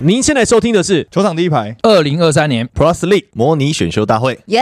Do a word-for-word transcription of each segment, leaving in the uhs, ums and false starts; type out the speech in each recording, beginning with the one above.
您现在收听的是球场第一排二零二三年 Plus League 模拟选秀大会。 耶！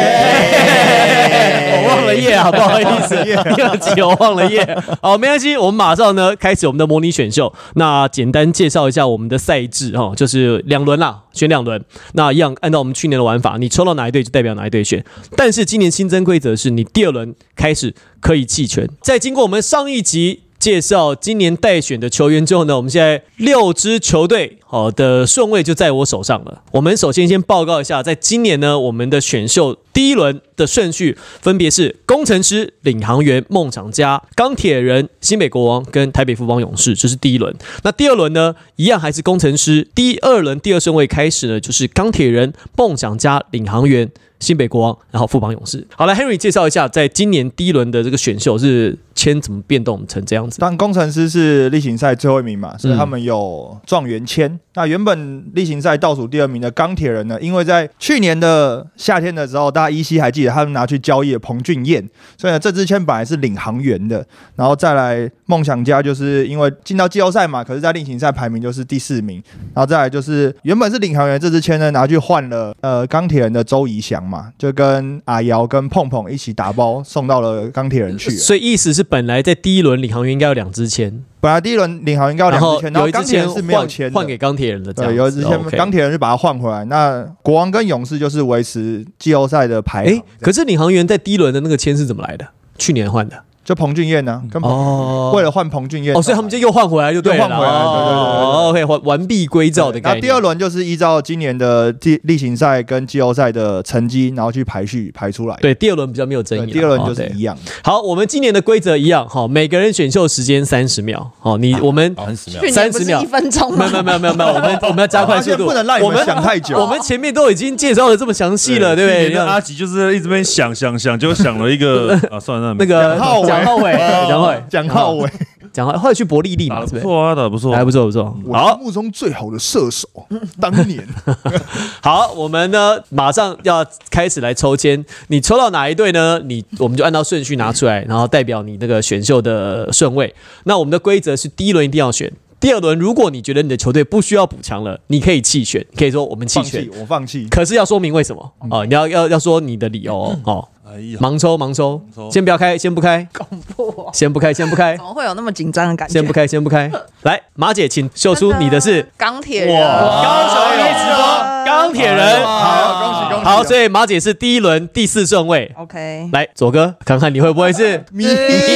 我忘了耶啊，不好意思，第二集我忘了耶。好，没关系，我们马上呢开始我们的模拟选秀。那简单介绍一下我们的赛制哈，就是两轮啦，选两轮。那一样按照我们去年的玩法，你抽到哪一队就代表哪一队选。但是今年新增规则是你第二轮开始可以弃权。在经过我们上一集介绍今年待选的球员之后呢，我们现在六支球队好的顺位就在我手上了。我们首先先报告一下，在今年呢，我们的选秀第一轮的顺序分别是工程师、领航员、梦想家、钢铁人、新北国王跟台北富邦勇士，这是第一轮。那第二轮呢，一样还是工程师。第二轮第二顺位开始呢，就是钢铁人、梦想家、领航员、新北国王，然后富邦勇士。好了 ，Henry 介绍一下，在今年第一轮的这个选秀是签怎么变动成这样子？ 但工程师是例行赛最后一名嘛，所以他们有状元签。嗯、那原本例行赛倒数第二名的钢铁人呢，因为在去年的夏天的时候，大家依稀还记得他们拿去交易了彭俊彦，所以呢这支签本来是领航员的。然后再来梦想家，就是因为进到季后赛嘛，可是在例行赛排名就是第四名。然后再来就是原本是领航员这支签呢，拿去换了呃钢铁人的周怡翔嘛，就跟阿瑶跟碰碰一起打包送到了钢铁人去了。 所以意思是本来在第一轮领航员应该有两支签。 本来第一轮领航员应该有两支签，然后钢铁人是没有签换给钢铁人的，这样对，有一支签钢铁人就把它换回来。那国王跟勇士就是维持季后赛的排行。 可是领航员在第一轮的那个签是怎么来的？去年换的。 就彭俊彦呢、啊，跟彭、哦、为了换彭俊彦， 哦，所以他们就又换回来就对了， 又换回来，对对对对哦 ，OK， 完完璧归赵的概念。 那第二轮就是依照今年的例行赛跟季后赛的成绩，然后去排序排出来。 对，第二轮比较没有争议， 第二轮就是一样、哦。 好，我们今年的规则一样，好，每个人选秀时间三十秒，好，你、啊、我们三十秒， 三十秒， 一分钟没有没有没有没有，我们我们要加快速度， 不能让你们想太久。 我们前面都已经介绍的这么详细了，对不对？ 阿吉就是一直在想想想，就想了一个啊，算了， 那个蒋浩伟。 蒋浩伟， 蒋浩后来去伯利利嘛， 打不错啊，打不错， 还不错不错。 好，心目中最好的射手，当年。 好，我们呢马上要开始来抽签，你抽到哪一队呢？你我们就按照顺序拿出来，然后代表你那个选秀的顺位。那我们的规则是第一轮一定要选。第二轮，如果你觉得你的球队不需要补强了，你可以弃选，可以说我们弃选， 我放弃。 可是要说明为什么哦，你要要要说你的理由哦。哦哎呀， 盲抽盲抽，先不要开，先不开， 恐怖、哦， 先不开，先不开， 怎么会有那么紧张的感觉？ 先不开，先不开。来，马姐，请秀出你的是钢铁人， 高手一直播钢铁人， 好，恭喜恭喜！ 好，所以马姐是第一轮第四顺位。 OK， 来，左哥，看看你会不会是咪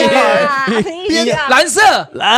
蓝色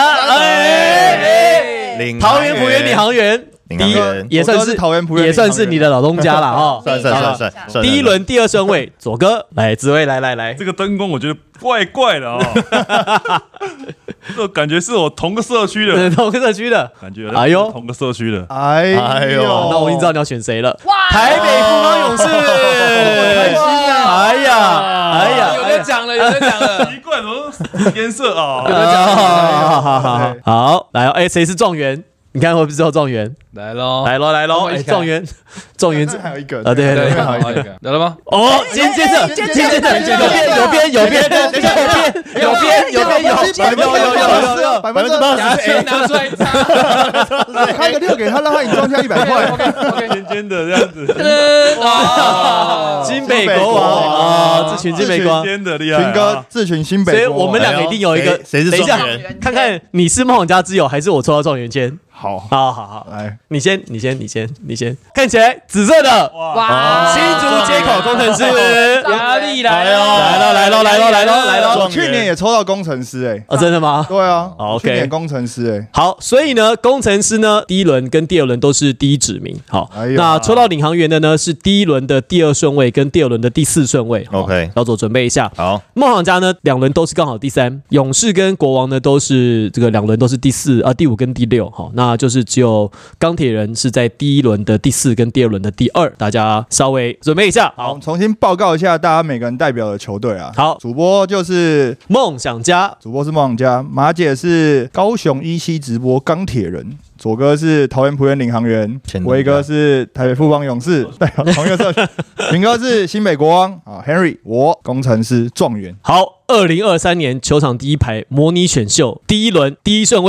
来，桃园璞园领航员。第一也算是桃园璞园， 也算是你的老东家了哈。 算算算算算。 第一轮第二顺位，左哥来，紫薇来来来， 这个灯光我觉得怪怪的啊，这感觉是我同个社区的， 同个社区的感觉。 哎呦， 同个社区的， 哎呦， 那我已经知道你要选谁了。台北富邦勇士，开心啊！哎呀，哎呀， 有的讲了，有的讲了， 奇怪，什么颜色啊？ 有的讲了，好好好，好来哦，哎，谁是状元？你看会不会知道状元？ 来喽， 来喽，来喽！哎，状元，状元还有一个啊，对对， 还有一个，来了吗？ 哦，接接着，接接着，有边有边有边，等一下有边有边有边有，有有有有百分之八十， 拿出来一张， 开个六给他，让他你庄家一百块， 尖尖的这样子。 哇，新北国王啊，这群新北国王， 尖的厉害， 群哥自群新北， 所以我们两个一定有一个， 谁是状元？ 看看你是梦想家之友，还是我抽到状元签？ 好， 好好好， 来， 你先，你先，你先，你先，看起来紫色的，哇，新竹街口工程师， 压力来了， 来了，来了，来了，来了，来了， 去年也抽到工程师，哎， 哦，真的吗？ 对啊 ，OK， 去年工程师，哎， 好，所以呢，工程师呢，第一轮跟第二轮都是第一指名，好，那抽到领航员的呢是第一轮的第二顺位跟第二轮的第四顺位 ，OK， 老左准备一下， 好， 梦想家呢两轮都是刚好第三，勇士跟国王呢都是这个两轮都是第四啊，第五跟第六，好，那就是只有钢铁人是在第一轮的第四跟第二轮的第二，大家稍微准备一下。 好，重新报告一下大家每个人代表的球队啊。 好， 主播就是梦想家， 主播是梦想家，马姐是高雄一期直播钢铁人，左哥是桃园璞园领航员，维哥是台北富邦勇士，代表同一个社区，平哥是新北国王啊 ，Henry 我工程师状元。 好，二零二三年球场第一排模拟选秀第一轮第一顺位。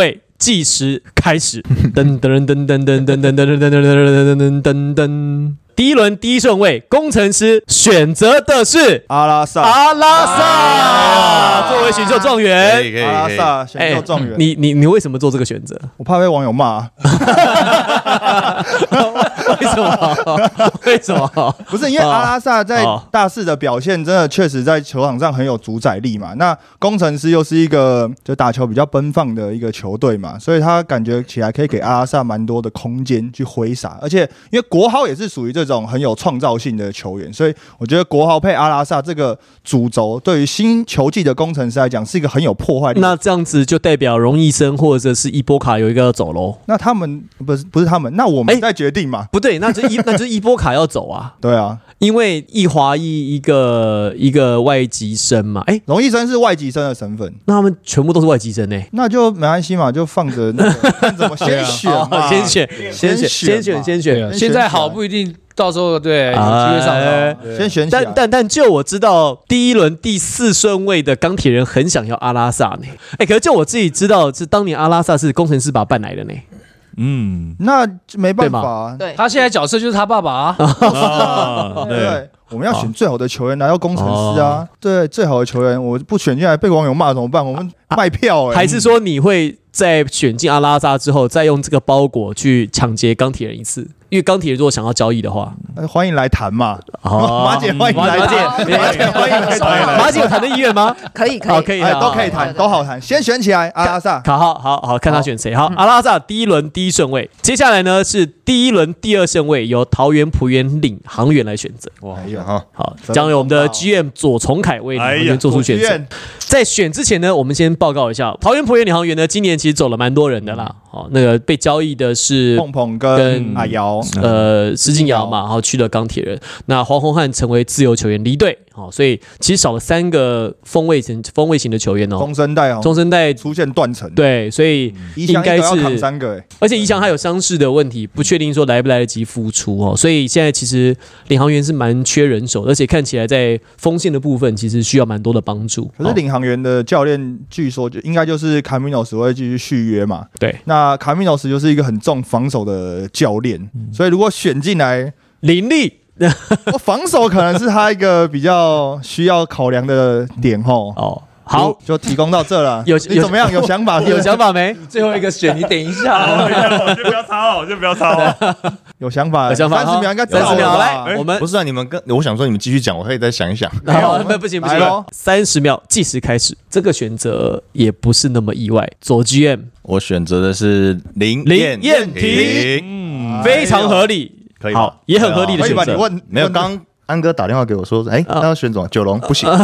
计时开始，噔噔噔噔噔噔噔噔噔噔噔噔噔噔噔。第一轮第一顺位，工程师选择的是阿拉萨， 阿拉萨作为选秀状可元。 以可以阿拉可以， 萨选秀状元。 你你你为什么做这个选择？ 我怕被网友骂， 为什么？为什么？ 不是因为阿拉萨在哦大四的表现，真的确实在球场上很有主宰力嘛。那工程师又是一个就打球比较奔放的一个球队嘛，所以他感觉起来可以给阿拉萨蛮多的空间去挥洒，而且因为国豪也是属于这种很有创造性的球员，所以我觉得国豪配阿拉萨这个主轴，对于新球季的工程师来讲是一个很有破坏力。 那这样子就代表荣毅生或者是伊波卡有一个要走喽？ 那他们不是不是他们，那我们哎再决定嘛？ 不对，那就伊那就是伊波卡要走啊， 对啊， 因为易华裔一个一个外籍生嘛，哎， 荣毅生是外籍生的身份。 那他们全部都是外籍生呢、 那就没关系嘛，就放着那个看怎么先选嘛， 哦先选，先选，先选，先选。 对啊，现在好不一定，到时候对有机会上哎场。对先选起来。 但但但就我知道，第一轮第四顺位的钢铁人很想要阿拉萨呢。哎，可是就我自己知道，是当年阿拉萨是工程师把他办来的呢。 嗯， 那就没办法啊， 对， 他现在角色就是他爸爸啊， 啊，对， 对不对？我们要选最好的球员来到工程师啊，对，最好的球员我不选进来被网友骂怎么办？我们卖票哎， 还是说你会在选进阿拉萨之后，再用这个包裹去抢劫钢铁人一次？因为钢铁人如果想要交易的话， 呃欢迎来谈嘛， 哦马姐欢迎来马谈， 姐马姐欢迎来谈， 马姐有谈的意愿吗？ 可以可以好可以哎的， 都可以谈，都好谈，先选起来阿拉萨。 好好好好看他选谁。好，阿拉萨第一轮第一顺位，接下来呢是第一轮第二顺位，由桃园璞园领航员来选择。 哇， 哎呀， 好， 好，将由我们的 G M 左崇凯为领航员做出选择。在选之前呢，我们先报告一下，桃园璞园领航员呢，今年其实走了蛮多人的啦。好，那个被交易的是碰碰跟跟阿瑶， 呃施晋尧嘛，然后去了钢铁人。那黄宏汉成为自由球员离队，好，所以其实少了三个锋位型锋位型的球员哦。 中生代哦， 中生代出现断层， 对，所以一翔应该一个要扛是三个，哎， 而且宜翔还有伤势的问题，不确定说来不来得及复出哦，所以现在其实领航员是蛮缺人手，而且看起来在锋线的部分其实需要蛮多的帮助。 可是领航员的教练据说就应该就是卡米诺斯会继续续约嘛， 对， 那卡米诺斯就是一个很重防守的教练，所以如果选进来， 林立我防守可能是他一个比较需要考量的点吼。 哦，好， 就，就提供到这了。 有你怎么样？有想法是不是？ 有想法没？ 最后一个选，你等一下。 我先不要抄，我先不要抄。 有想法， 有想法， 三十秒应该三十秒来， 哎我们不是啊，你们跟我想说你们继续讲，我可以再想一想。 好，不不行不行来咯， 三十秒计时开始。这个选择也不是那么意外，左 G M 我选择的是林林彦彦廷嗯， 非常合理， 可以吧好，也很合理的可以吧？ 选择。 你问没有， 问刚安哥打电话给我说，哎，那要选什么？九龙不行，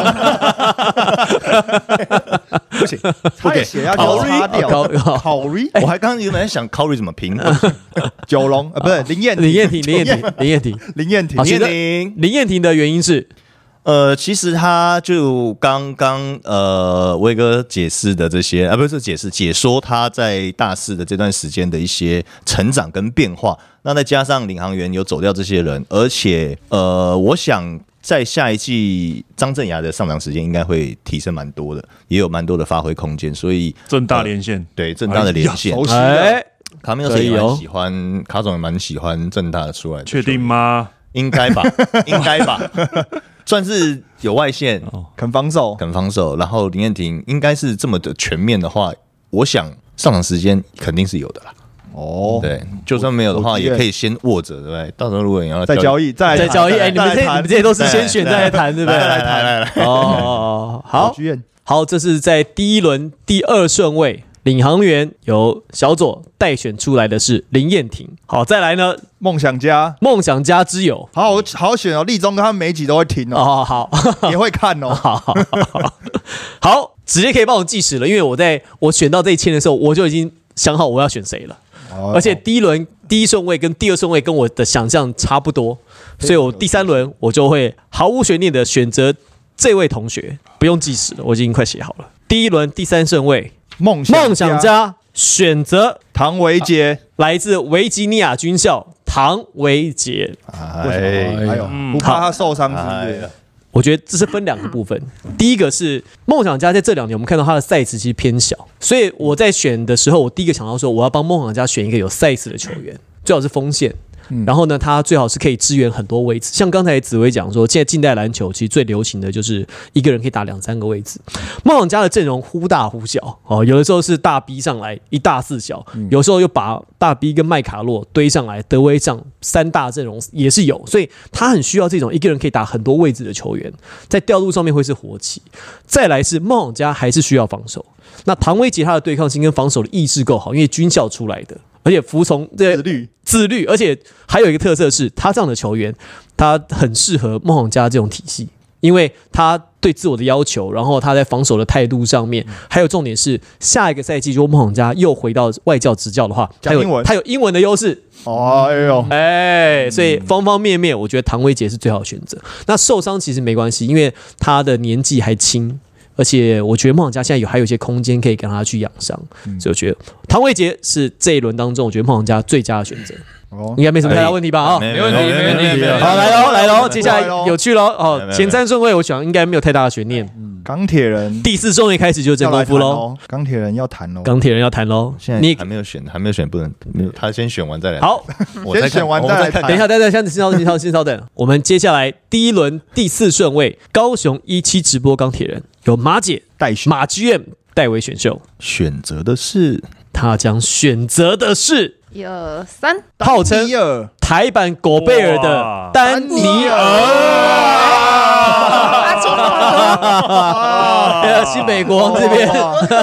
不行，不给。 他的血压就要擦掉。 高高考虑我还刚刚原本在想 Curry 怎么评， 九龙呃，不是林彦林彦廷，林彦廷，林彦廷， 林彦廷好， 林选择彦廷。 林彦廷的原因是呃，其实他就刚刚呃威哥解释的这些，啊，不是解释解说他在大四的这段时间的一些成长跟变化，那再加上领航员有走掉这些人，而且呃，我想在下一季张镇衙的上场时间应该会提升蛮多的，也有蛮多的发挥空间，所以正大连线， 对正大的连线， 熟悉哎的， 卡米诺斯也蛮喜欢，卡总也蛮喜欢正大的出来的， 确定吗？ 应该吧，应该吧，算是有外线。 肯防守， 肯防守，然后林彦廷应该是这么的全面的话，我想上场时间肯定是有的啦。 哦， 对，就算没有的话， 我也可以先握着，对不对？到时候如果你要再交易，再来谈在交易，哎，你们这再来谈你们这些都是先选再来谈，对不对？ 来来来来来， 哦哦哦，好剧院好，这是在第一轮第二顺位。领航员由小左代选出来的是林彦廷。好，再来呢， 梦想家， 梦想家之友。 好好好好选哦。立中跟他每一集都会听哦， 哦，好， 也会看哦。 好，好，好，好，直接可以帮我计时了，因为我在我选到这一签的时候，我就已经想好我要选谁了， 哦而且第一轮第一顺位跟第二顺位跟我的想象差不多，所以我第三轮我就会毫无悬念的选择这位同学，不用计时了，我已经快写好了。第一轮第三顺位， 梦梦想家选择唐维杰， 来自维吉尼亚军校唐维杰。 哎， 哎呦，不怕他受伤是不是？ 我觉得这是分两个部分。第一个是梦想家在这两年，我们看到他的 size 其实偏小，所以我在选的时候，我第一个想到说，我要帮梦想家选一个有 size 的球员，最好是锋线。然后呢，他最好是可以支援很多位置，像刚才紫薇讲说，现在近代篮球其实最流行的就是一个人可以打两三个位置。梦想家的阵容忽大忽小哦，有的时候是大 B 上来一大四小，有时候又把大 B 跟麦卡洛堆上来，德威上三大阵容也是有，所以他很需要这种一个人可以打很多位置的球员，在调度上面会是活棋。再来是梦想家还是需要防守，那唐威杰他的对抗性跟防守的意识够好，因为军校出来的。而且服从自律，自律，而且还有一个特色是，他这样的球员，他很适合梦想家这种体系，因为他对自我的要求，然后他在防守的态度上面，还有重点是，下一个赛季如果梦想家又回到外教执教的话，他有他有英文的优势。 哦，哎呦， 哎，所以方方面面，我觉得唐威杰是最好的选择。那受伤其实没关系，因为他的年纪还轻。而且我觉得梦想家现在有还有一些空间可以跟他去养伤，嗯、所以我觉得唐威杰是这一轮当中，我觉得梦想家最佳的选择。哦，应该没什么太大问题吧？啊， 没问题，没问题。 好，来喽，来喽，接下来有趣喽。哦，前三顺位我想应该没有太大的悬念。 钢铁人第四顺位开始就真功夫喽。 钢铁人要谈喽， 钢铁人要谈喽。 现在你还没有选，还没有选，不能，他先选完再来。 好， 先选完再来谈。 等一下，等一下，先稍等，先稍等。我们接下来第一轮第四顺位，高雄一期直播钢铁人有马姐代选， 马 G M 代为选秀， 选择的是他将选择的是。 一二三， 号称台版狗贝尔的丹尼尔，新美国王这边，丹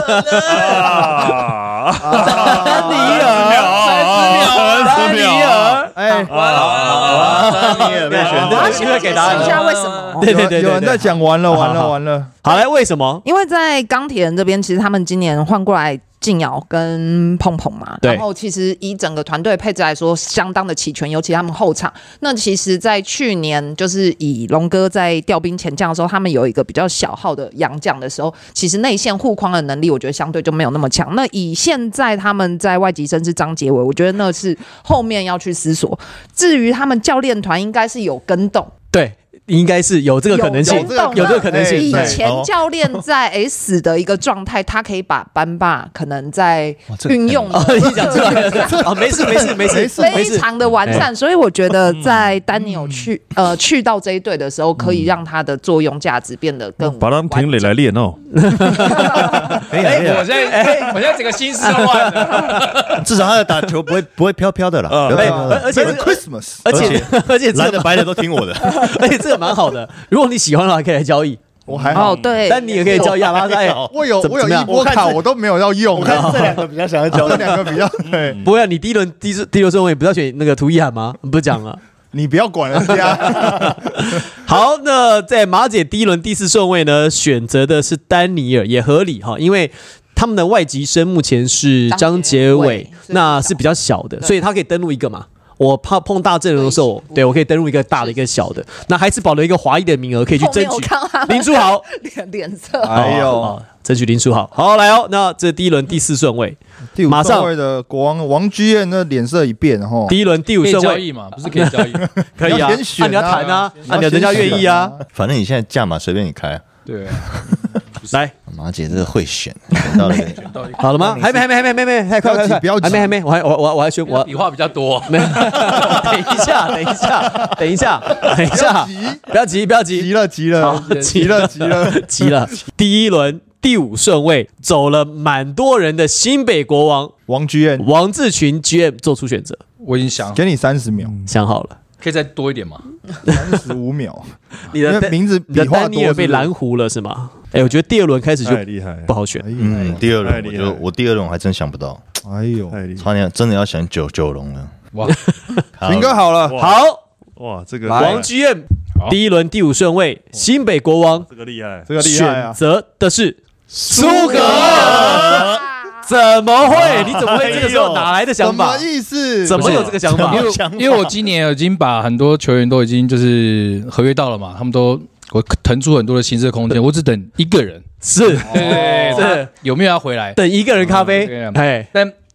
尼尔，丹尼尔，哎， 丹尼尔被选我要先解释一下为什么。 对对对， 有人在讲完了，完了，完了。 好来，为什么？ 因为在钢铁人这边，其实他们今年换过来。静瑶跟碰碰嘛，然后其实以整个团队配置来说，相当的齐全，尤其他们后场。那其实，在去年就是以龙哥在调兵遣将的时候，他们有一个比较小号的洋将的时候，其实内线护框的能力，我觉得相对就没有那么强。那以现在他们在外籍生是张杰伟，我觉得那是后面要去思索。至于他们教练团，应该是有跟动， 对。应该是有这个可能性，有这个可能性。 以前教练在 S 的一个状态，他可以把班霸可能在运用的， 你讲出来了啊，没事没事没事， 非常的完善。所以我觉得在丹尼尔去呃去到这一队的时候，可以让他的作用价值变得更。 把他们听磊来练哦。 哎，我现在我现在整个心思都乱了。 至少他的打球不会不会飘飘的啦， 而且 Christmas， 而且而且蓝的白的都听我的， 而且这个蛮好的。如果你喜欢的话，可以来交易。 我还好， 对， 但你也可以交易亚拉塞。 我有我有一波卡，我都没有要用。 我看这两个比较想要交， 这两个比较对。 不会，你第一轮第第六顺位不是要选那个图伊罕吗？不是讲了。 你不要管人家。 好，那在马姐第一轮第四顺位呢，选择的是丹尼尔，也合理哈，因为他们的外籍生目前是张杰伟，那是比较小的，所以他可以登录一个嘛。我怕碰大阵容的时候，对我可以登录一个大的一个小的，那还是保留一个华裔的名额可以去争取。林书豪脸脸色， 哎呦， 争取林书豪。好，来哦，那这第一轮第四顺位， 第五顺位的国王王居燕那脸色一变哈。 第一轮第五顺位交易嘛，不是可以交易， 可以啊，那你要谈啊，啊，人家愿意啊， 反正你现在价码随便你开。 对， 来， 马姐这个会选，选到了， 好了吗？还没，还没，还没，还没，太快，太快， 不要急， 还没，还没，我还我我我还选我笔画比较多， 没，等一下，等一下，等一下，等一下，不要急，不要急， 急了，急了，急了，急了， 急了。第一轮第五顺位走了蛮多人的新北国王王居燕， 王志群 G M 做出选择， 我已经想， 给你三十秒， 想好了。 可以再多一点吗？ 三十五秒。 你的名字你的丹尼尔被蓝湖了是吗？哎，我觉得第二轮开始就不好选。 嗯，第二轮我就我第二轮我还真想不到。 哎呦， 差点真的要选九九龙了。 哇， 林哥好了， 好哇，这个王 G M 第一轮第五顺位新北国王， 这个厉害， 这个厉害啊！ 选择的是苏格尔。怎么会？你怎么会这个时候哪来的想法？ 什么意思？ 怎么有这个想法？ 因为因为我今年已经把很多球员都已经就是合约到了嘛，他们都我腾出很多的薪资空间，我只等一个人。 是， 对对对，有没有要回来？ 等一个人咖啡。哎， 但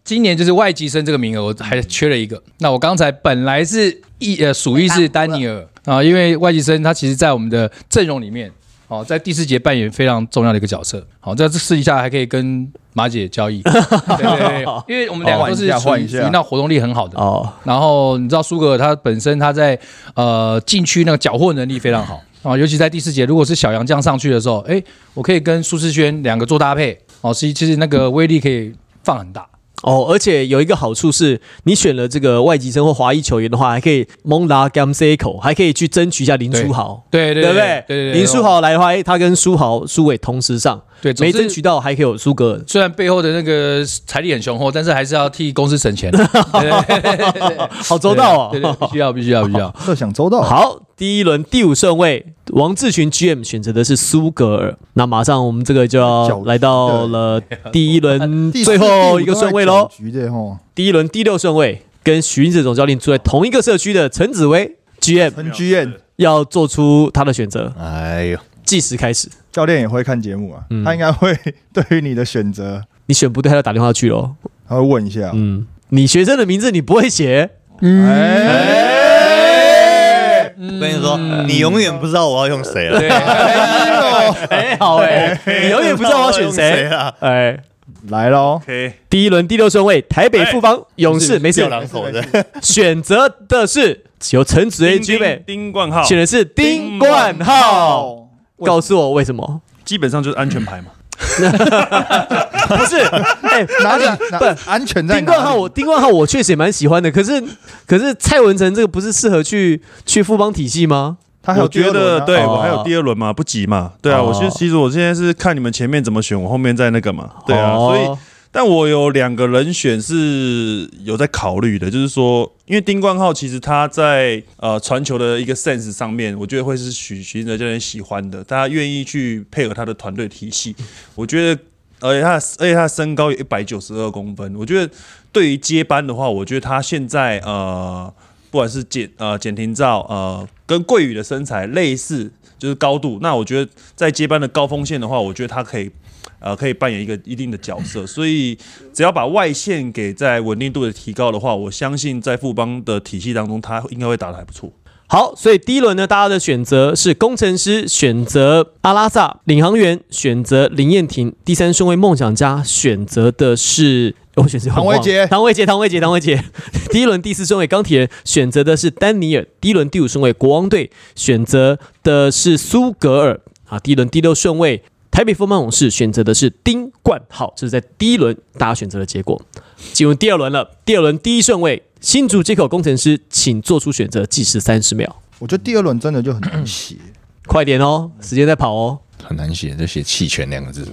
今年就是外籍生这个名额，我还缺了一个。那我刚才本来是一呃属意是丹尼尔啊，因为外籍生他其实在我们的阵容里面，哦，在第四节扮演非常重要的一个角色。好，在这私底下还可以跟马姐交易，对对对，因为我们两个都是属于属于那活动力很好的哦。然后你知道苏格尔他本身他在呃禁区那个缴获能力非常好啊，尤其在第四节，如果是小杨这样上去的时候，哎，我可以跟苏世轩两个做搭配哦，其实那个威力可以放很大。 哦，而且有一个好处是，你选了这个外籍生或华裔球员的话，还可以蒙拉 Gamse 口，还可以去争取一下林书豪， 对对对不对？ 对对， 林书豪来的话，他跟书豪、苏伟同时上， 对， 没争取到还可以有苏格尔。 虽然背后的那个财力很雄厚，但是还是要替公司省钱。 好周到哦， 对对，必须要必须要必须要， 设想周到。 好，第一轮第五顺位，王志群 G M 选择的是苏格尔。那马上我们这个就要来到了第一轮最后一个顺位喽。第一轮第六顺位，跟许晋哲总教练住在同一个社区的陈子威 G M， 陈 G M 要做出他的选择。 哎呦， 计时开始。 教练也会看节目啊，嗯、他应该会对于你的选择， 你选不对，他就打电话去咯。 他会问一下，嗯， 你学生的名字你不会写， 嗯。哎我跟你说，嗯、你永远不知道我要用谁了。对， 哎，好哎，你永远不知道我要选谁啊？哎， 来喽！ Okay. 第一轮第六顺位，台北富邦勇士，没事，选择的是由陈子威 G M 丁冠浩， 选的是丁冠浩。告诉我为什么？ 基本上就是安全牌嘛。 不是，哎、欸， 哪里不安全在哪里？ 丁冠浩，我丁冠浩我确实也蛮喜欢的，可是可是蔡文成这个不是适合去去富邦体系吗？ 他还有第二轮、啊、我觉得对、哦、我还有第二轮嘛，不急嘛，对啊，哦、我其实其实我现在是看你们前面怎么选，我后面再那个嘛，对啊，哦、所以但我有两个人选是有在考虑的，就是说，因为丁冠浩其实他在呃传球的一个 sense 上面，我觉得会是许许晋哲教练喜欢的，大家愿意去配合他的团队体系，我觉得。而且他，而且他的身高有一百九十二公分，我觉得对于接班的话，我觉得他现在呃，不管是简呃简廷照呃跟桂宇的身材类似，就是高度，那我觉得在接班的高锋线的话，我觉得他可以呃可以扮演一个一定的角色，所以只要把外线给在稳定度的提高的话，我相信在富邦的体系当中，他应该会打得还不错。 好，所以第一轮呢，大家的选择是工程师选择阿拉萨，领航员选择林彦廷，第三顺位梦想家选择的是我选择唐维杰， 唐维杰，唐维杰，唐维杰。第一轮第四顺位钢铁人选择的是丹尼尔，第一轮第五顺位国王队选择的是苏格尔啊，第一轮第六顺位台北富邦勇士选择的是丁冠浩，这是在第一轮大家选择的结果。进入第二轮了，第二轮第一顺位。新竹街口工程师，请做出选择，计时三十秒。 我觉得第二轮真的就很难写， 快点哦，时间在跑哦。 很难写，就写弃权两个字。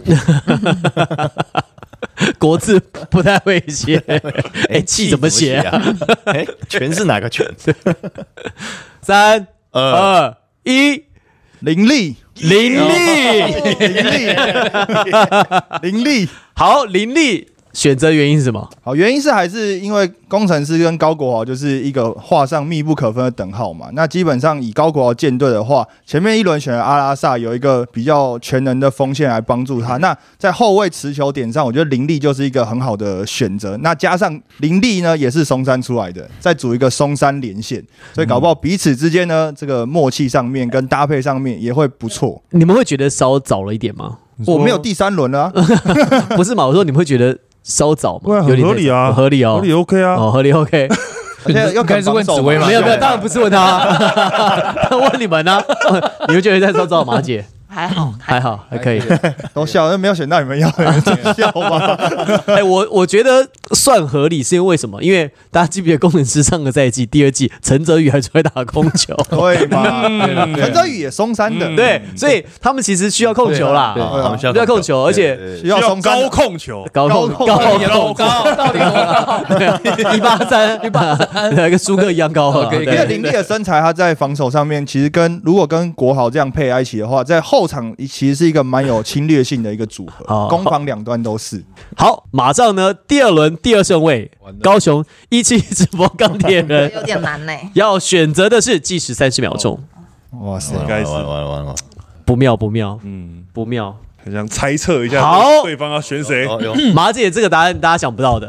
国字不太会写，哎，弃怎么写啊？ 哎，权是哪个权？ 三二一， 林立， 林立， 林立，林立， 好，林立。选择原因是什么？ 好，原因是还是因为工程师跟高国豪就是一个画上密不可分的等号嘛。那基本上以高国豪舰队的话，前面一轮选了阿拉萨，有一个比较全能的锋线来帮助他。那在后卫持球点上，我觉得林立就是一个很好的选择。那加上林立呢，也是松山出来的，再组一个松山连线，所以搞不好彼此之间呢，这个默契上面跟搭配上面也会不错。 你们会觉得稍早了一点吗？ 我没有第三轮了、啊， 不是嘛？我说你们会觉得。稍早嘛， 很合理啊， 合理哦， 合理 OK 啊， 哦，合理 OK。 而且要开始问紫薇吗？ 没有没有，当然不是问他，问你们呢、啊。你们觉得在稍早马姐？ 还好， 还好，还可以。 都笑，没有选到你们要的人笑吧？ 哎，我我觉得算合理，是因为为什么？因为大家记不记得工程师上个赛季第二季陈哲宇还出来打控球， 对嘛？陈哲宇也松山的， 对，所以他们其实需要控球啦，需要控球，而且需要高控球， 高控高高高，到底多高？ 一八三，一八三，跟个苏克一样高。 因为林立的身材，他在防守上面其实跟如果跟国豪这样配在一起的话，在后场其实是一个蛮有侵略性的一个组合，攻防两端都是。 好，马上呢，第二轮第二顺位，高雄一期直播钢铁人， 有点难呢。 要选择的是计时三十秒钟。 哇塞， 应该是完了完了完了， 不妙不妙， 嗯， 不妙。 很想猜测一下， 好， 对方要选谁？ 马姐这个答案大家想不到的。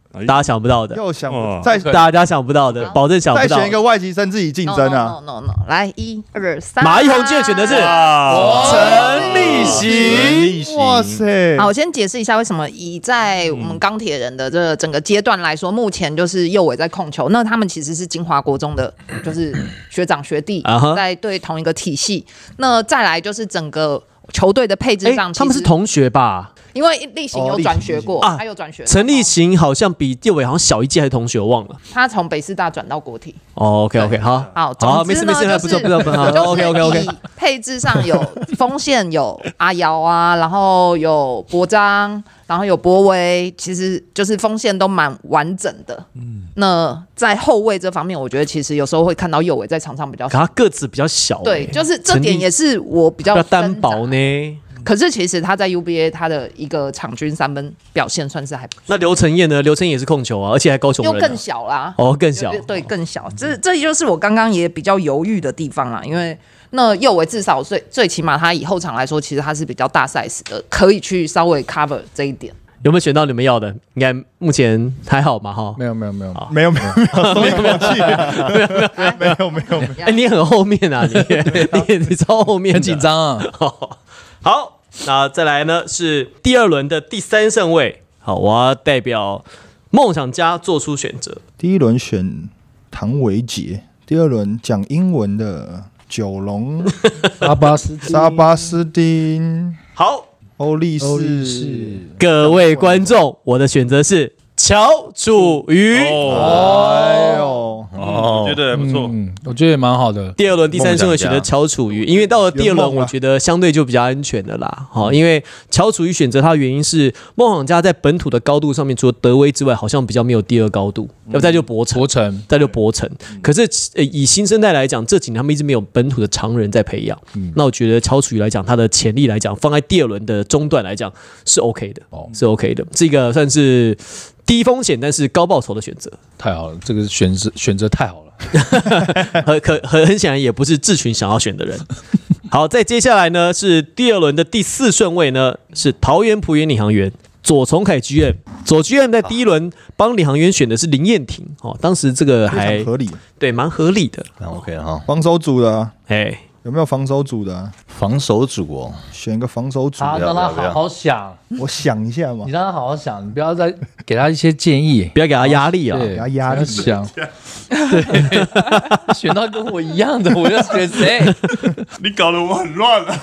大家想不到的， 又想哇再大家想不到的，保证想不到。 再选一个外籍生自己竞争啊！ No no no no， 来一二三， 马一红居然选的是陈立行。 哇塞！ 好，我先解释一下为什么以在我们钢铁人的这个整个阶段来说，目前就是右伟在控球，那他们其实是金华国中的，就是学长学弟在对同一个体系。那再来就是整个球队的配置上， 他们是同学吧？ 因为立行有转学过，他有转学。 陈立行好像比右伟好像小一届还是同学，我忘了。 他从北师大转到国体。 哦 ，OK OK， 好， 好， 好，没事没事，不错不错不错 ，OK OK OK。 配置上有锋线有阿瑶啊，然后有博章，然后有博威，其实就是锋线都蛮完整的。嗯，那在后卫这方面，我觉得其实有时候会看到右伟在场上比较， 可他个子比较小， 对，就是这点也是我比较比较单薄呢。 可是其实他在 U B A 他的一个场均三分表现算是还不错。 那刘承彦呢？刘承彦也是控球啊，而且还高雄人、啊， 又更小啦。 哦，更小， 对，更小。这这就是我刚刚也比较犹豫的地方啦，因为那右伟至少最最起码他以后场来说，其实他是比较大 size 的，可以去稍微 cover 这一点。 有没有选到你们要的？应该目前还好嘛，哈。 没有没有没有没有没有没有没有气，没有没有没有没有。 哎，你很后面啊，你你你超后面， 很紧张啊。 好。那再来呢是第二轮的第三顺位，好，我要代表梦想家做出选择。 第一轮选唐维杰，第二轮讲英文的九龙沙巴斯沙巴斯丁， 好， 欧力士。 各位观众，我的选择是乔楚瑜。 哎呦。 哦，我觉得还不错， 嗯，我觉得也蛮好的。 第二轮第三顺位选择乔楚瑜，因为到了第二轮，我觉得相对就比较安全的啦。好，因为乔楚瑜选择他的原因是梦想家在本土的高度上面，除了德威之外，好像比较没有第二高度。要不再就博成， 博成， 再就博成。可是呃，以新生代来讲，这几年他们一直没有本土的常人在培养。那我觉得乔楚瑜来讲，他的潜力来讲，放在第二轮的中段来讲是 OK 的，是 OK 的。这个算是低风险但是高报酬的选择。 太好了，这个选择选择太好了。 很可很很显然也不是志群想要选的人。好，再接下来呢是第二轮的第四顺位呢是桃园璞园领航员左崇凯 G M， 左 G M 在第一轮帮领航员选的是林彦廷哦，当时这个还合理， 对，蛮合理的。 那 OK 哈， 防守组的、啊， 哎， 有没有防守组的、啊？ 防守组哦， 选一个防守组。 好，让他好好想。 我想一下嘛， 你让他好好想，你不要再给他一些建议， 不要给他压力啊， 给他压力。 想，对，选到跟我一样的，我要选谁？ 你搞得我很乱了。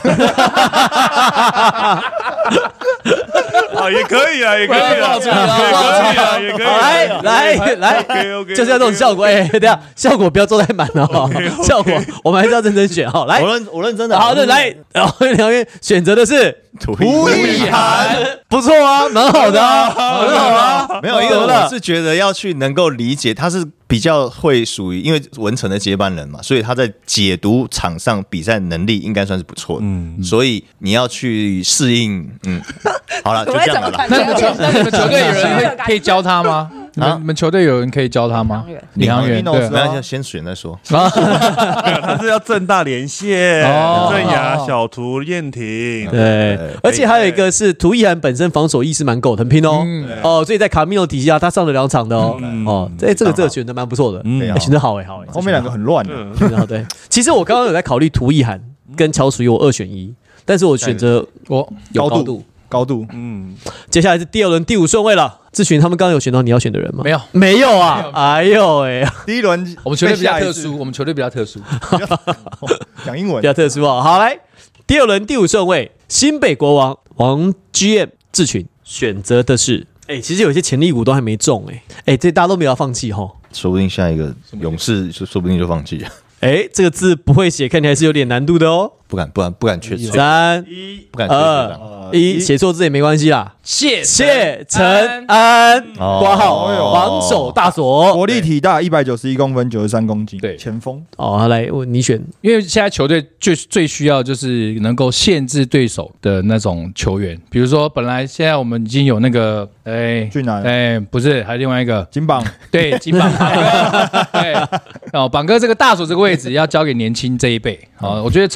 啊，也可以啊，也可以啊，也可以啊，也可以。 来来来，就是要这种效果。哎，等下效果不要做太满哦，效果我们还是要认真选哈。来， 我认我认真的。 好的，来，然后两边选择的是涂一涵， 不错啊，蛮好的啊，很好啊。 没有，因为我是觉得要去能够理解，他是比较会属于，因为文成的接班人嘛，所以他在解读场上比赛能力应该算是不错的。嗯，所以你要去适应。嗯，好了，就这样了啦。 那你们球那你们球队有人会可以教他吗？啊，你们球队有人可以教他吗？领航员对， 没关系，先选再说。 他是要正大连线、郑雅、小图、燕婷， 对，而且还有一个是涂一涵本身防守意识蛮够，很拼哦。哦，所以在卡米诺底下他上了两场的哦。哦，这这个这个选的蛮不错的，选的好哎好哎。 后面两个很乱， 选的好对。其实我刚刚有在考虑涂一涵跟乔楚瑜我二选一，但是我选择我有高度。 高度， 嗯， 接下来是第二轮第五顺位了。志群他们刚刚有选到你要选的人吗？ 没有， 没有啊！哎呦哎， 第一轮我们球队比较特殊，我们球队比较特殊， 讲英文比较特殊哦。好，来第二轮第五顺位，新北国王王 G M 志群选择的是，哎，其实有一些潜力股都还没中哎，哎，这大家都没有要放弃哈， 说不定下一个勇士就说不定就放弃了。 哎，这个字不会写，看起来是有点难度的哦。 不敢，不敢，不敢确实。 三， 不敢确实。 一，写错字也没关系啦。 谢谢陈安，挂号防守大锁， 国力体大，一百九十一公分，九十三公斤， 对， 前锋。 哦，来，你选， 因为现在球队最最需要就是能够限制对手的那种球员，比如说本来现在我们已经有那个，哎， 俊男， 哎，不是，还有另外一个金榜， 对，金榜，对，哦，榜哥这个大锁这个位置要交给年轻这一辈，好，我觉得陈安他可以。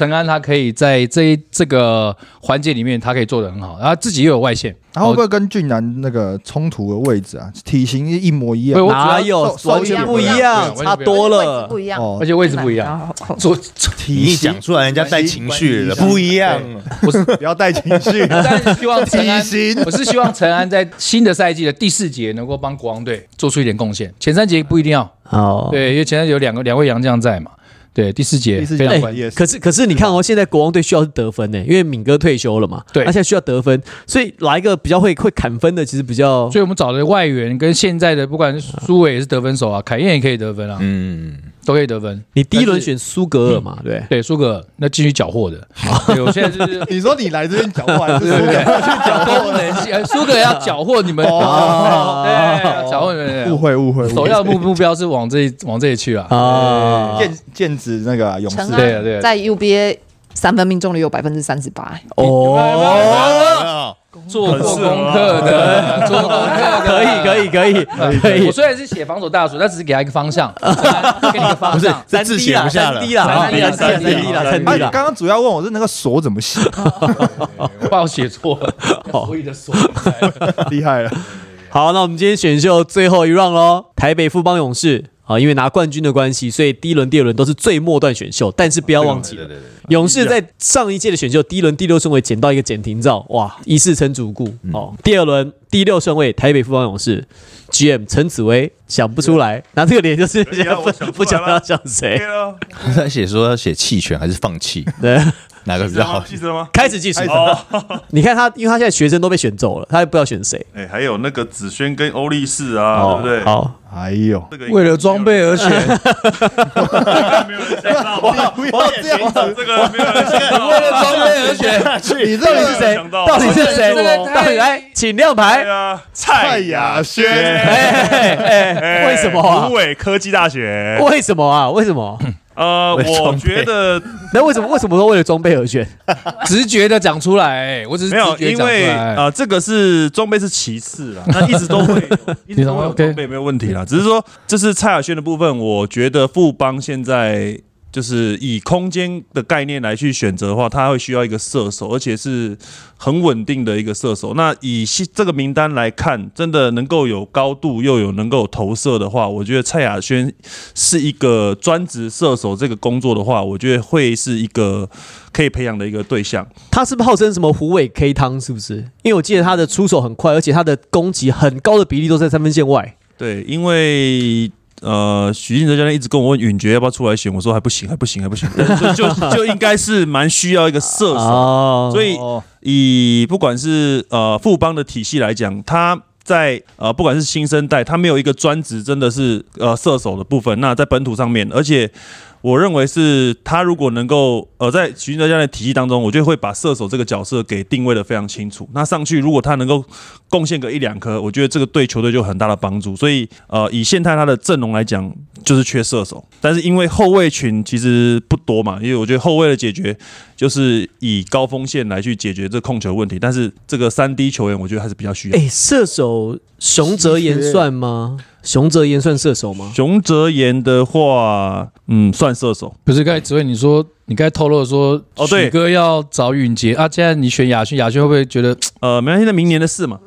可以在这一这个环节里面，他可以做得很好，然后自己又有外线。 他会不会跟俊男那个冲突的位置啊？体型一模一样， 哪有完全不一样，差多了， 不一样， 而且位置不一样。做你讲出来，人家带情绪了，不一样。 不是不要带情绪， 但是希望陈安， 体型我是希望陈安在新的赛季的第四节能够帮国王队做出一点贡献，前三节不一定要。 哦， 对，因为前三节有两个两位洋将在嘛。对，第四节非常关键。 可是可是你看哦，现在国王队需要是得分呢，因为敏哥退休了嘛， 对， 他现在需要得分，所以来一个比较会会砍分的，其实比较。 所以我们找的外援跟现在的不管是苏伟也是得分手啊，凯燕也可以得分啊，嗯，都可以得分。 你第一轮选苏格尔嘛，嗯、对对，苏格尔那继续缴获的。对，我现在就是你说你来这边缴获，还是苏格尔去缴获的？苏格尔要缴获你们，哦、对，缴获你们。 误会误会， 首要目目标是往这往这里去啊。 啊，剑剑指那个勇士， 对啊对啊， 在 U B A 三分命中率有百分之三十八。 哦。做过功课的，做功课可以可以可以可以。 我虽然是写防守大叔，但只是给他一个方向，给你一个方向。 三 D 啦，三 D 啦，三 D 啦，三 D 啦，三 D 啦。 刚刚主要问我是那个锁怎么写， 我把我写错了，所以的锁厉害了。 好，那我们今天选秀最后一 round 咯，台北富邦勇士。啊，因为拿冠军的关系，所以第一轮、第二轮都是最末段选秀。但是不要忘记了，勇士在上一届的选秀第一轮第六顺位捡到一个简廷照，哇，一世成主顾。哦，第二轮第六顺位台北富邦勇士 G M 陈子威想不出来，拿这个脸就是不不想要想谁。 他在写说要写弃权还是放弃？ 对。 哪个比较好？ 记得吗？ 开始计时。你看他，因为他现在学生都被选走了，他也不知道选谁。 哎，还有那个子轩跟欧力士啊，对不对？ 好， 还有为了装备而选， 没有人想到， 不要这样子， 这个没有人想到， 为了装备而选， 你到底是谁？到底是谁？到底来，请亮牌。 蔡雅轩， 为什么啊？ 虎尾科技大学， 为什么啊？为什么？ 呃，我觉得那为什么为什么说为了装备而选？ 直觉的讲出来，我只是没有，因为呃，这个是装备是其次啦，那一直都会，一直都会有装备没有问题啦，只是说这是蔡雅轩的部分，我觉得富邦现在就是以空间的概念来去选择的话，他会需要一个射手，而且是很稳定的一个射手。那以这个名单来看，真的能够有高度又有能够有投射的话，我觉得蔡雅轩是一个专职射手这个工作的话，我觉得会是一个可以培养的一个对象。 他是不是号称什么虎尾 K 汤？是不是？因为我记得他的出手很快，而且他的攻击很高的比例都在三分线外。 对，因为。呃，许晋哲教练一直跟我问允爵要不要出来选，我说还不行，还不行，还不行，就就就应该是蛮需要一个射手，哦、所以以不管是呃富邦的体系来讲，他在呃不管是新生代，他没有一个专职真的是呃射手的部分，那在本土上面，而且。我认为是他如果能够呃在许晋哲教练的体系当中，我就会把射手这个角色给定位的非常清楚。那上去如果他能够贡献个一两颗，我觉得这个对球队就有很大的帮助。所以呃以现在他的阵容来讲，就是缺射手，但是因为后卫群其实不多嘛，因为我觉得后卫的解决就是以高锋线来去解决这控球问题。但是这个三 D 球员，我觉得还是比较需要。 哎、欸，射手熊哲言算吗？熊哲言算射手吗？ 熊哲言的话，嗯，算射手。 不是，刚才子睿你说，你刚才透露说，哦，对，许哥要找允杰啊，现在你选亚轩，亚轩会不会觉得， 呃，没关系，那明年的事嘛。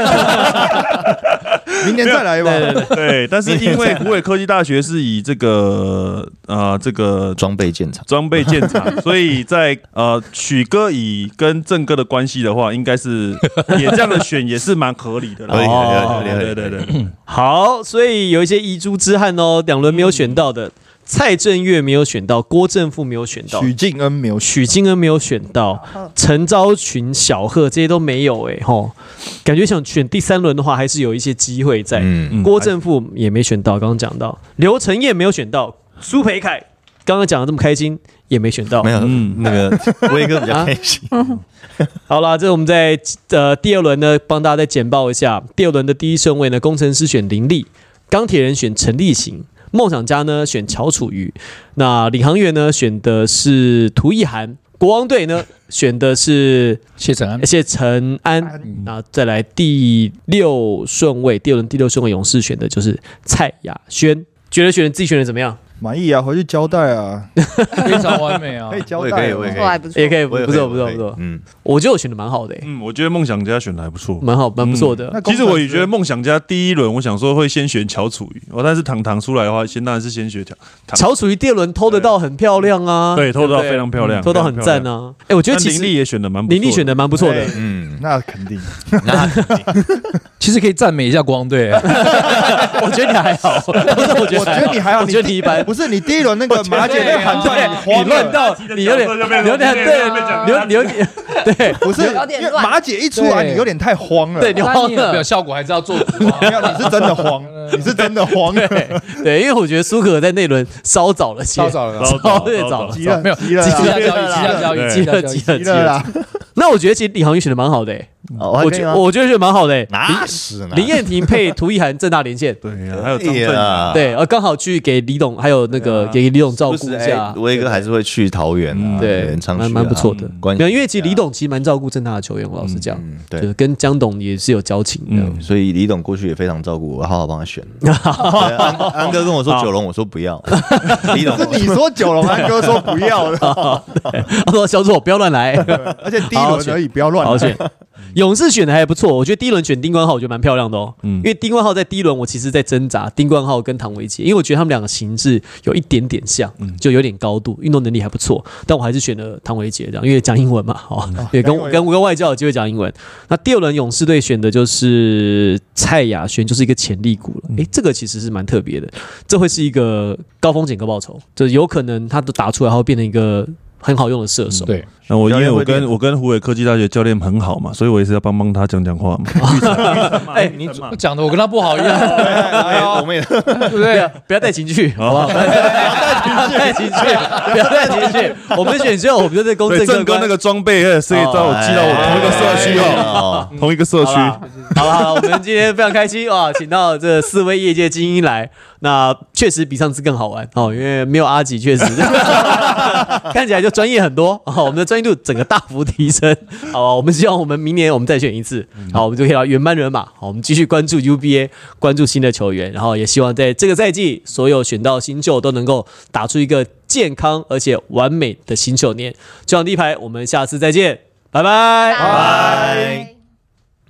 明年再来吧。 对对对，对，但是因为虎尾科技大学是以这个呃这个装备建厂， 装备建厂，所以在呃许哥以跟郑哥的关系的话，应该是也这样的选也是蛮合理的。 合理哦，对对对对。 好，所以有一些遗珠之憾哦，两轮没有选到的。蔡正月没有选到，郭正富没有选到， 许晋恩没有， 许晋恩没有选到，陈昭群、小贺这些都没有哎吼，感觉想选第三轮的话，还是有一些机会在。嗯、郭正富也没选到，刚刚讲到刘承彦没有选到，苏培凯刚刚讲的这么开心也没选到， 没有，嗯，那个威哥比较开心。啊、 好啦，这我们在呃第二轮呢，帮大家再简报一下，第二轮的第一顺位呢，工程师选林立，钢铁人选陈立行。梦想家呢选乔楚瑜，那领航员呢选的是涂奕涵，国王队呢选的是谢承安， 谢承安。嗯、那再来第六顺位，第二轮第六顺位勇士选的就是蔡雅轩。觉得选自己选的怎么样？ 满意啊，回去交代啊， 非常完美啊可以！交我也代啊， 可以我也可以还不错， 也可以， 我也不错不错不错。 嗯， 我觉得我选的蛮好的， 嗯，我觉得梦想家选的还不错。 蛮好蛮不错的。 那其实我也觉得梦想家第一轮，我想说会先选乔楚瑜，哦，但是糖糖出来的话，先当然是先选乔。 乔楚瑜第二轮偷得到很漂亮啊， 对，偷得到不对非常漂亮， 偷到很赞啊。哎，我觉得其实但林立也选的蛮不错的， 林立选的蛮不错的。 哎嗯， 那肯定。 那其实可以赞美一下光队， 我觉得你还好，不是我觉我得觉得你还好， 我觉得你一般。 不是你第一轮那个马姐那喊出来，你你慌了。 乱到，你有点，你有点对，你有你有点对， 不是，因为有点乱马姐一出来， 对你有点太慌了。 对你慌没有了。 效果还是要做足啊。 没有，你是真的慌，你是真的慌， 对对，因为我觉得苏可在那轮稍早了些， 稍早了稍早越早了。 急了， 没有急了急啦， 了交易，急了交易， 急了急了急了啦。 那我觉得其实李航宇选的蛮好的，欸哦我觉我觉得选的蛮好的。 那是呢， 林彦廷配涂一涵正大连线， 对呀，还有张振宇， 啊， 对，而刚好去给李董还有那个给李董照顾不是哎一下， 威哥还是会去桃园啊， 对很，常去蛮啊蛮不错的。 关没有，因为其实李董其实蛮照顾正大的球员，我老实讲， 嗯，对。 就是跟江董也是有交情的。 嗯所以李董过去也非常照顾我，好好帮他选。对安安哥跟我说九龙，我说不要。李董是你说九龙，安哥说不要的， 他说小左不要乱来， 而且第一轮而已，不要乱来。 好选。勇士选的还不错，我觉得第一轮选丁冠浩，我觉得蛮漂亮的哦。 嗯因为丁冠浩在第一轮，我其实在挣扎丁冠浩跟唐维杰，因为我觉得他们两个形制有一点点像，就有点高度，运动能力还不错，但我还是选了唐维杰这样，因为讲英文嘛，哦，也跟跟跟外教有机会讲英文。那第二轮勇士队选的就是蔡雅轩，就是一个潜力股了。诶，这个其实是蛮特别的，这会是一个高风险高报酬，就有可能他都打出来，他会变成一个很好用的射手。 对， 那我因为我教练会练跟我跟湖北科技大学教练很好嘛，所以我也是要帮帮他讲讲话嘛。 哎你讲的我跟他不好一样， 哎我们也对不对？ 不要带情绪，好不好？不要带情绪，不要带情绪。我们选秀，我们就是公正对客观。 郑哥那个装备，呃，所以招我寄到我同一个社区哦， 哦， 同一个社区。 好了好了，我们今天非常开心哇，请到这四位业界精英来，那确实比上次更好玩哦，因为没有阿吉，确实看起来就专业很多哦，我们的专业度整个大幅提升。好，我们希望我们明年我们再选一次，好，我们就可以到原班人马。好，我们继续关注 U B A， 关注新的球员，然后也希望在这个赛季所有选到新秀都能够打出一个健康而且完美的新秀年。球场第一排，我们下次再见，拜拜。 拜。